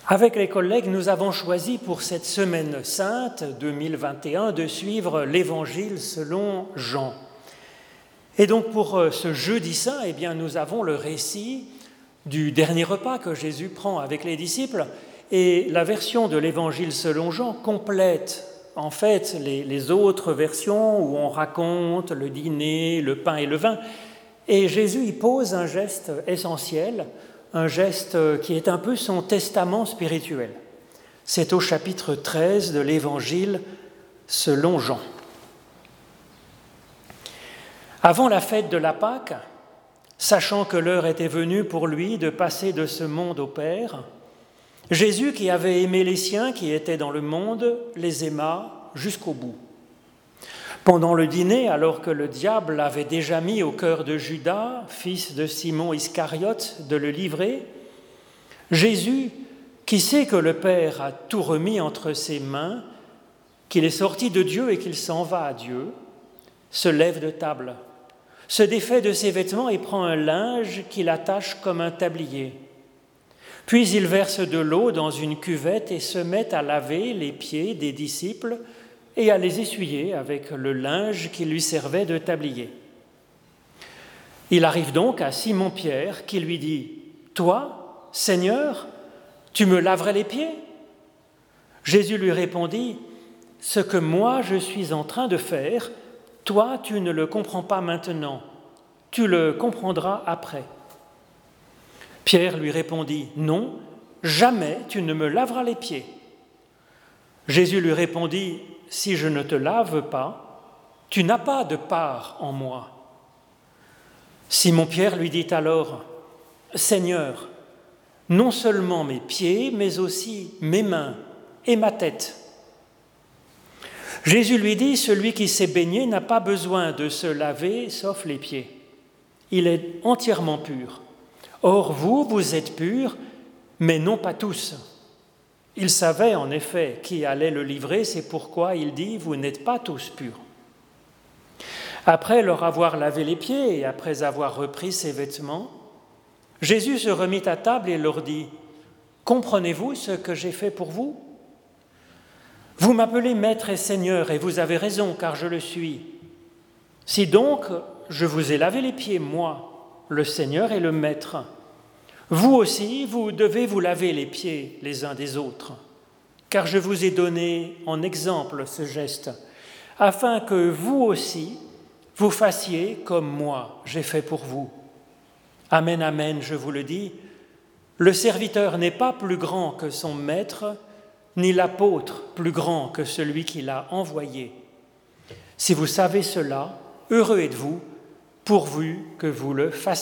Avec les collègues, nous avons choisi pour cette semaine sainte 2021 de suivre l'Évangile selon Jean. Et donc pour ce jeudi saint, nous avons le récit du dernier repas que Jésus prend avec les disciples. Et la version de l'Évangile selon Jean complète en fait les autres versions où on raconte le dîner, le pain et le vin. Et Jésus y pose un geste essentiel, un geste qui est un peu son testament spirituel. C'est au chapitre 13 de l'Évangile selon Jean. Avant la fête de la Pâque, sachant que l'heure était venue pour lui de passer de ce monde au Père, Jésus, qui avait aimé les siens qui étaient dans le monde, les aima jusqu'au bout. Pendant le dîner, alors que le diable avait déjà mis au cœur de Judas, fils de Simon Iscariote, de le livrer, Jésus, qui sait que le Père a tout remis entre ses mains, qu'il est sorti de Dieu et qu'il s'en va à Dieu, se lève de table, se défait de ses vêtements et prend un linge qu'il attache comme un tablier. Puis il verse de l'eau dans une cuvette et se met à laver les pieds des disciples et à les essuyer avec le linge qui lui servait de tablier. Il arrive donc à Simon-Pierre qui lui dit « Toi, Seigneur, tu me laverais les pieds ?» Jésus lui répondit « Ce que moi je suis en train de faire, toi tu ne le comprends pas maintenant, tu le comprendras après. » Pierre lui répondit « Non, jamais tu ne me laveras les pieds. » Jésus lui répondit « Si je ne te lave pas, tu n'as pas de part en moi. » Simon-Pierre lui dit alors « Seigneur, non seulement mes pieds, mais aussi mes mains et ma tête. » Jésus lui dit « Celui qui s'est baigné n'a pas besoin de se laver sauf les pieds. Il est entièrement pur. Or vous êtes purs, mais non pas tous. » Il savait en effet qui allait le livrer, c'est pourquoi il dit « Vous n'êtes pas tous purs. » Après leur avoir lavé les pieds et après avoir repris ses vêtements, Jésus se remit à table et leur dit « Comprenez-vous ce que j'ai fait pour vous ? Vous m'appelez Maître et Seigneur et vous avez raison car je le suis. Si donc je vous ai lavé les pieds, moi, le Seigneur et le Maître, vous aussi, vous devez vous laver les pieds les uns des autres, car je vous ai donné en exemple ce geste, afin que vous aussi, vous fassiez comme moi j'ai fait pour vous. Amen, amen, je vous le dis, le serviteur n'est pas plus grand que son maître, ni l'apôtre plus grand que celui qui l'a envoyé. Si vous savez cela, heureux êtes-vous, pourvu que vous le fassiez. »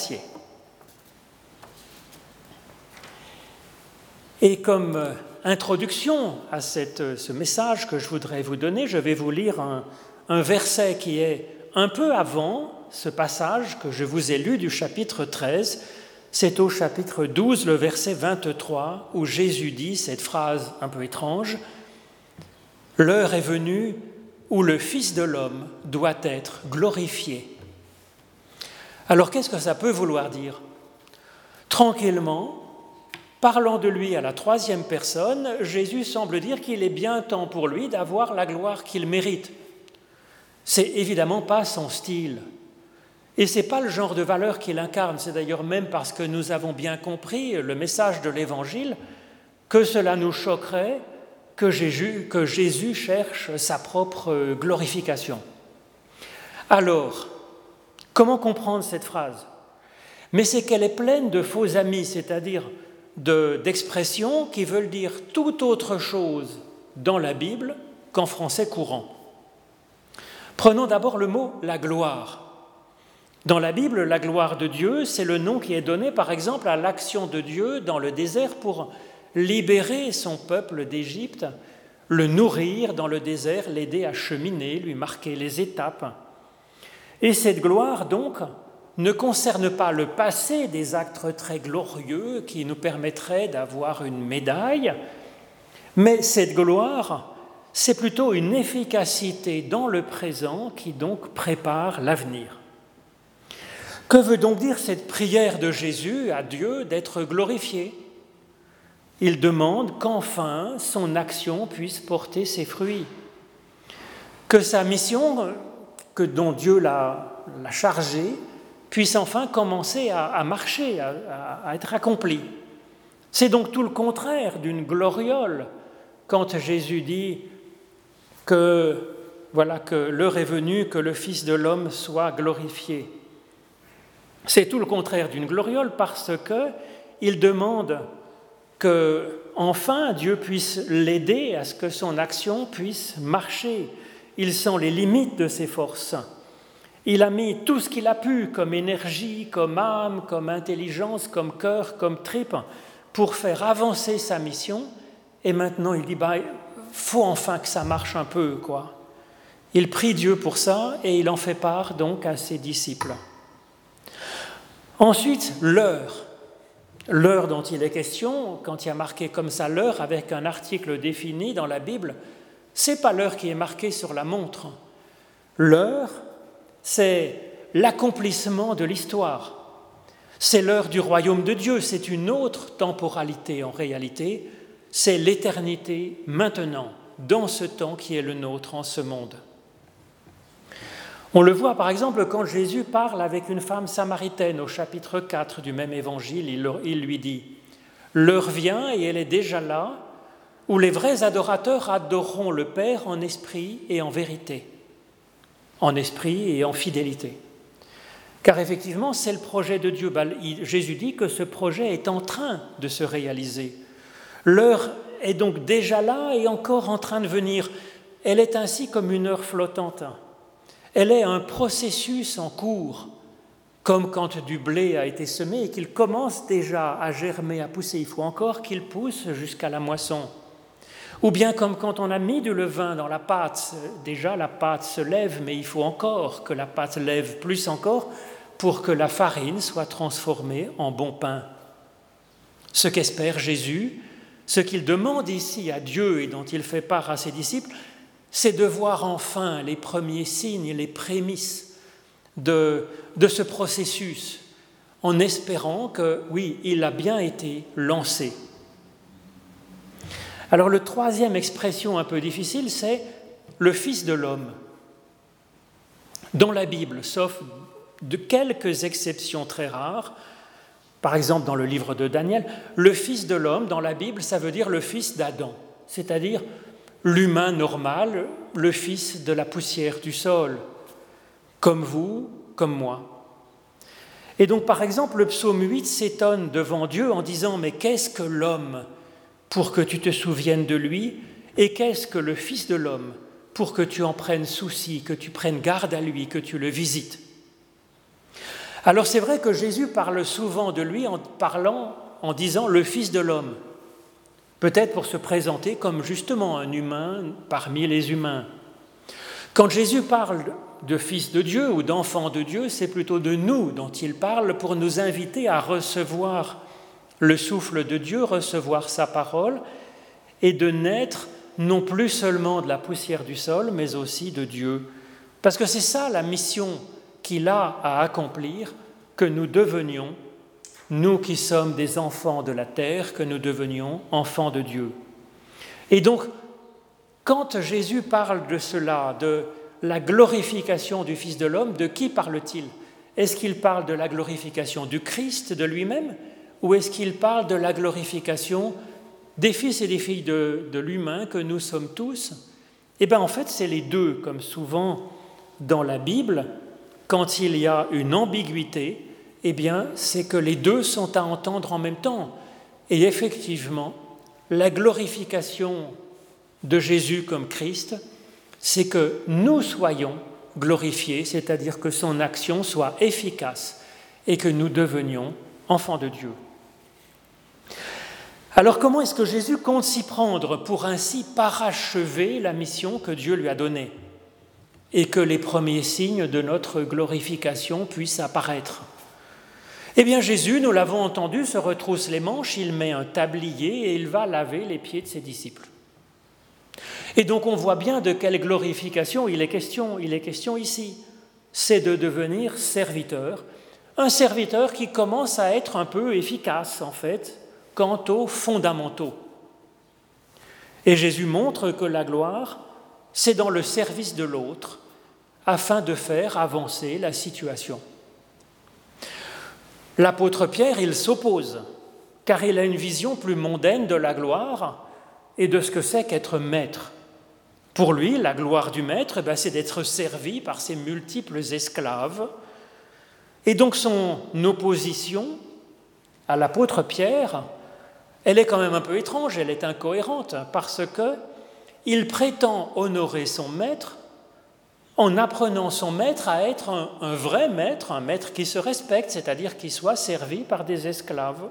Et comme introduction à ce message que je voudrais vous donner, je vais vous lire un verset qui est un peu avant ce passage que je vous ai lu du chapitre 13. C'est au chapitre 12, le verset 23, où Jésus dit cette phrase un peu étrange « L'heure est venue où le Fils de l'homme doit être glorifié. » Alors qu'est-ce que ça peut vouloir dire ? Tranquillement, parlant de lui à la troisième personne, Jésus semble dire qu'il est bien temps pour lui d'avoir la gloire qu'il mérite. C'est évidemment pas son style. Et ce n'est pas le genre de valeur qu'il incarne. C'est d'ailleurs même parce que nous avons bien compris le message de l'Évangile que cela nous choquerait que Jésus cherche sa propre glorification. Alors, comment comprendre cette phrase ? Mais c'est qu'elle est pleine de faux amis, c'est-à-dire d'expressions qui veulent dire tout autre chose dans la Bible qu'en français courant. Prenons d'abord le mot « la gloire ». Dans la Bible, la gloire de Dieu, c'est le nom qui est donné par exemple à l'action de Dieu dans le désert pour libérer son peuple d'Égypte, le nourrir dans le désert, l'aider à cheminer, lui marquer les étapes. Et cette gloire donc ne concerne pas le passé des actes très glorieux qui nous permettraient d'avoir une médaille, mais cette gloire, c'est plutôt une efficacité dans le présent qui donc prépare l'avenir. Que veut donc dire cette prière de Jésus à Dieu d'être glorifié ? Il demande qu'enfin son action puisse porter ses fruits, que sa mission, dont Dieu l'a chargée, puisse enfin commencer à marcher, à être accomplie. C'est donc tout le contraire d'une gloriole quand Jésus dit que l'heure est venue que le Fils de l'homme soit glorifié. C'est tout le contraire d'une gloriole parce qu'il demande que enfin Dieu puisse l'aider à ce que son action puisse marcher. Il sent les limites de ses forces. Il a mis tout ce qu'il a pu comme énergie, comme âme, comme intelligence, comme cœur, comme tripes pour faire avancer sa mission. Et maintenant, il dit, faut enfin que ça marche un peu, quoi. Il prie Dieu pour ça et il en fait part donc à ses disciples. Ensuite, l'heure. L'heure dont il est question, quand il y a marqué comme ça l'heure avec un article défini dans la Bible, c'est pas l'heure qui est marquée sur la montre. L'heure, c'est l'accomplissement de l'histoire. C'est l'heure du royaume de Dieu, c'est une autre temporalité en réalité, c'est l'éternité maintenant, dans ce temps qui est le nôtre en ce monde. On le voit par exemple quand Jésus parle avec une femme samaritaine au chapitre 4 du même évangile, il lui dit « L'heure vient et elle est déjà là, où les vrais adorateurs adoreront le Père en esprit et en vérité, en esprit et en fidélité. » Car effectivement, c'est le projet de Dieu. Jésus dit que ce projet est en train de se réaliser. L'heure est donc déjà là et encore en train de venir. Elle est ainsi comme une heure flottante. Elle est un processus en cours, comme quand du blé a été semé et qu'il commence déjà à germer, à pousser. Il faut encore qu'il pousse jusqu'à la moisson. Ou bien comme quand on a mis du levain dans la pâte, déjà la pâte se lève, mais il faut encore que la pâte lève plus encore pour que la farine soit transformée en bon pain. Ce qu'espère Jésus, ce qu'il demande ici à Dieu et dont il fait part à ses disciples, c'est de voir enfin les premiers signes, les prémices de ce processus, en espérant que, oui, il a bien été lancé. Alors, la troisième expression un peu difficile, c'est le Fils de l'homme. Dans la Bible, sauf de quelques exceptions très rares, par exemple dans le livre de Daniel, le Fils de l'homme, dans la Bible, ça veut dire le fils d'Adam, c'est-à-dire l'humain normal, le fils de la poussière du sol, comme vous, comme moi. Et donc, par exemple, le psaume 8 s'étonne devant Dieu en disant « Mais qu'est-ce que l'homme pour que tu te souviennes de lui, et qu'est-ce que le Fils de l'homme pour que tu en prennes souci, que tu prennes garde à lui, que tu le visites ?» Alors c'est vrai que Jésus parle souvent de lui en disant « le Fils de l'homme », peut-être pour se présenter comme justement un humain parmi les humains. Quand Jésus parle de Fils de Dieu ou d'enfant de Dieu, c'est plutôt de nous dont il parle pour nous inviter à recevoir le souffle de Dieu, recevoir sa parole et de naître non plus seulement de la poussière du sol, mais aussi de Dieu. Parce que c'est ça la mission qu'il a à accomplir, que nous devenions, nous qui sommes des enfants de la terre, que nous devenions enfants de Dieu. Et donc, quand Jésus parle de cela, de la glorification du Fils de l'homme, de qui parle-t-il ? Est-ce qu'il parle de la glorification du Christ, de lui-même, ou est-ce qu'il parle de la glorification des fils et des filles de l'humain que nous sommes tous ? Eh bien, en fait, c'est les deux, comme souvent dans la Bible, quand il y a une ambiguïté, eh bien, c'est que les deux sont à entendre en même temps. Et effectivement, la glorification de Jésus comme Christ, c'est que nous soyons glorifiés, c'est-à-dire que son action soit efficace et que nous devenions enfants de Dieu. Alors comment est-ce que Jésus compte s'y prendre pour ainsi parachever la mission que Dieu lui a donnée et que les premiers signes de notre glorification puissent apparaître ? Eh bien Jésus, nous l'avons entendu, se retrousse les manches, il met un tablier et il va laver les pieds de ses disciples. Et donc on voit bien de quelle glorification il est question ici. C'est de devenir serviteur, un serviteur qui commence à être un peu efficace en fait, quant aux fondamentaux. Et Jésus montre que la gloire, c'est dans le service de l'autre, afin de faire avancer la situation. L'apôtre Pierre, il s'oppose, car il a une vision plus mondaine de la gloire et de ce que c'est qu'être maître. Pour lui, la gloire du maître, c'est d'être servi par ses multiples esclaves. Et donc son opposition à l'apôtre Pierre, elle est quand même un peu étrange, elle est incohérente, parce qu'il prétend honorer son maître en apprenant son maître à être un vrai maître, un maître qui se respecte, c'est-à-dire qui soit servi par des esclaves.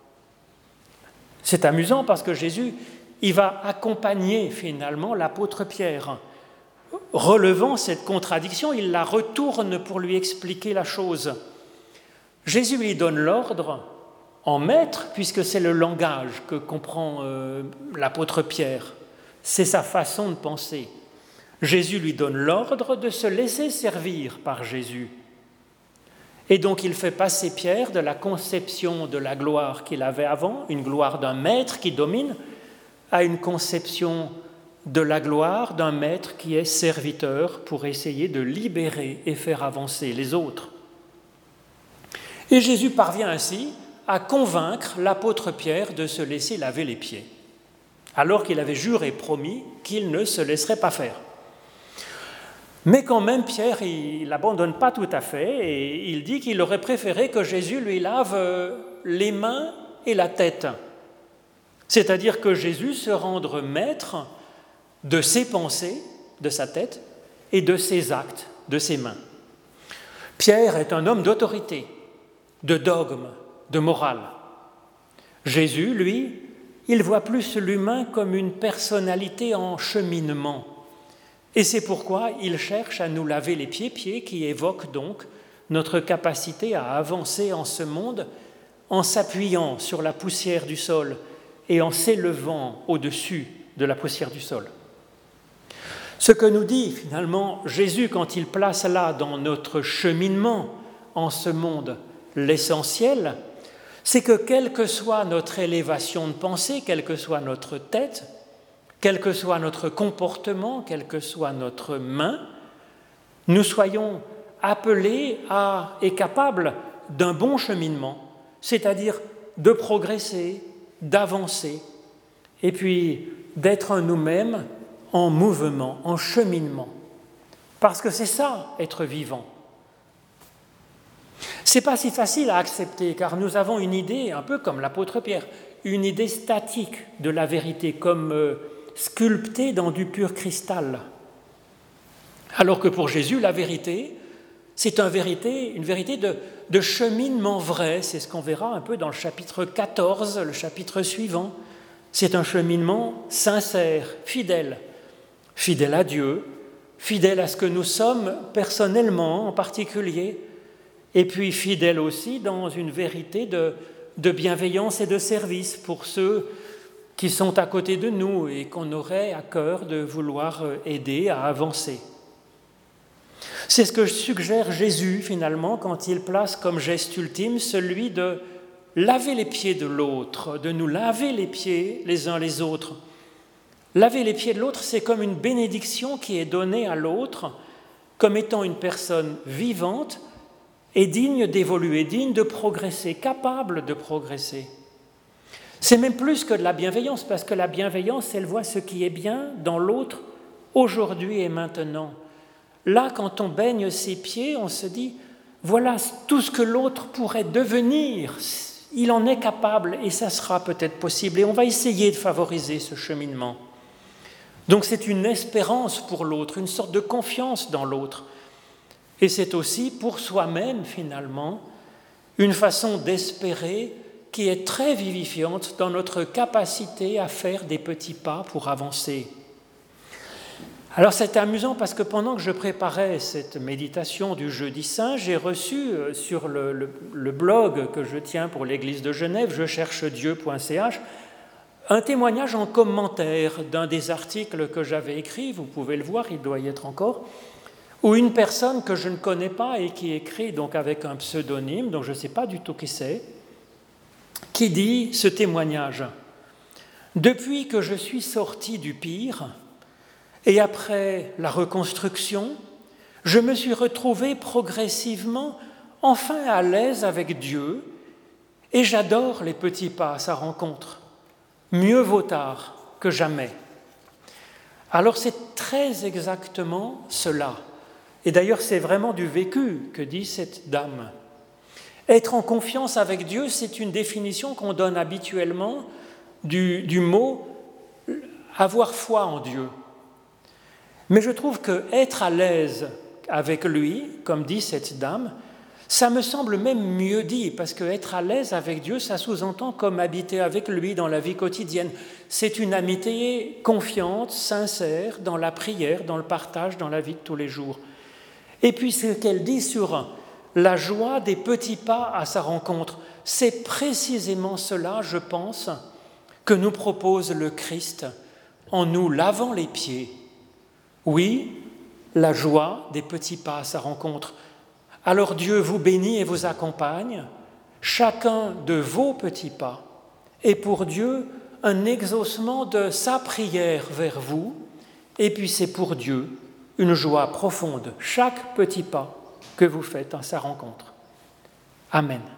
C'est amusant parce que Jésus, il va accompagner finalement l'apôtre Pierre. Relevant cette contradiction, il la retourne pour lui expliquer la chose. Jésus lui donne l'ordre en maître, puisque c'est le langage que comprend l'apôtre Pierre. C'est sa façon de penser. Jésus lui donne l'ordre de se laisser servir par Jésus. Et donc il fait passer Pierre de la conception de la gloire qu'il avait avant, une gloire d'un maître qui domine, à une conception de la gloire d'un maître qui est serviteur pour essayer de libérer et faire avancer les autres. Et Jésus parvient ainsi à convaincre l'apôtre Pierre de se laisser laver les pieds, alors qu'il avait juré et promis qu'il ne se laisserait pas faire. Mais quand même, Pierre, il n'abandonne pas tout à fait et il dit qu'il aurait préféré que Jésus lui lave les mains et la tête. C'est-à-dire que Jésus se rende maître de ses pensées, de sa tête, et de ses actes, de ses mains. Pierre est un homme d'autorité, de dogme, de morale. Jésus, lui, il voit plus l'humain comme une personnalité en cheminement. Et c'est pourquoi il cherche à nous laver les pieds qui évoquent donc notre capacité à avancer en ce monde en s'appuyant sur la poussière du sol et en s'élevant au-dessus de la poussière du sol. Ce que nous dit finalement Jésus quand il place là dans notre cheminement en ce monde l'essentiel, c'est que quelle que soit notre élévation de pensée, quelle que soit notre tête, quel que soit notre comportement, quelle que soit notre main, nous soyons appelés et capables d'un bon cheminement, c'est-à-dire de progresser, d'avancer, et puis d'être nous-mêmes en mouvement, en cheminement. Parce que c'est ça, être vivant. Ce n'est pas si facile à accepter, car nous avons une idée, un peu comme l'apôtre Pierre, une idée statique de la vérité, comme sculptée dans du pur cristal. Alors que pour Jésus, la vérité, c'est une vérité de cheminement vrai. C'est ce qu'on verra un peu dans le chapitre 14, le chapitre suivant. C'est un cheminement sincère, fidèle à Dieu, fidèle à ce que nous sommes personnellement en particulier, et puis fidèle aussi dans une vérité de bienveillance et de service pour ceux qui sont à côté de nous et qu'on aurait à cœur de vouloir aider à avancer. C'est ce que suggère Jésus finalement quand il place comme geste ultime celui de laver les pieds de l'autre, de nous laver les pieds les uns les autres. Laver les pieds de l'autre, c'est comme une bénédiction qui est donnée à l'autre comme étant une personne vivante et digne d'évoluer, digne de progresser, capable de progresser. C'est même plus que de la bienveillance, parce que la bienveillance, elle voit ce qui est bien dans l'autre aujourd'hui et maintenant. Là, quand on baigne ses pieds, on se dit, voilà tout ce que l'autre pourrait devenir. Il en est capable et ça sera peut-être possible. Et on va essayer de favoriser ce cheminement. Donc c'est une espérance pour l'autre, une sorte de confiance dans l'autre. Et c'est aussi pour soi-même, finalement, une façon d'espérer qui est très vivifiante dans notre capacité à faire des petits pas pour avancer. Alors c'est amusant parce que pendant que je préparais cette méditation du Jeudi Saint, j'ai reçu sur le blog que je tiens pour l'Église de Genève, jecherchedieu.ch, un témoignage en commentaire d'un des articles que j'avais écrit, vous pouvez le voir, il doit y être encore, où une personne que je ne connais pas et qui écrit donc avec un pseudonyme, dont je ne sais pas du tout qui c'est, qui dit ce témoignage. Depuis que je suis sorti du pire, et après la reconstruction, je me suis retrouvé progressivement enfin à l'aise avec Dieu, et j'adore les petits pas à sa rencontre. Mieux vaut tard que jamais. Alors c'est très exactement cela. Et d'ailleurs, c'est vraiment du vécu que dit cette dame. Être en confiance avec Dieu, c'est une définition qu'on donne habituellement du mot « avoir foi en Dieu ». Mais je trouve que être à l'aise avec lui, comme dit cette dame, ça me semble même mieux dit, parce que être à l'aise avec Dieu, ça sous-entend comme habiter avec lui dans la vie quotidienne. C'est une amitié confiante, sincère, dans la prière, dans le partage, dans la vie de tous les jours. Et puis ce qu'elle dit sur la joie des petits pas à sa rencontre, c'est précisément cela, je pense, que nous propose le Christ en nous lavant les pieds. Oui, la joie des petits pas à sa rencontre. Alors Dieu vous bénit et vous accompagne, chacun de vos petits pas est pour Dieu un exaucement de sa prière vers vous, et puis c'est pour Dieu une joie profonde, chaque petit pas que vous faites à sa rencontre. Amen.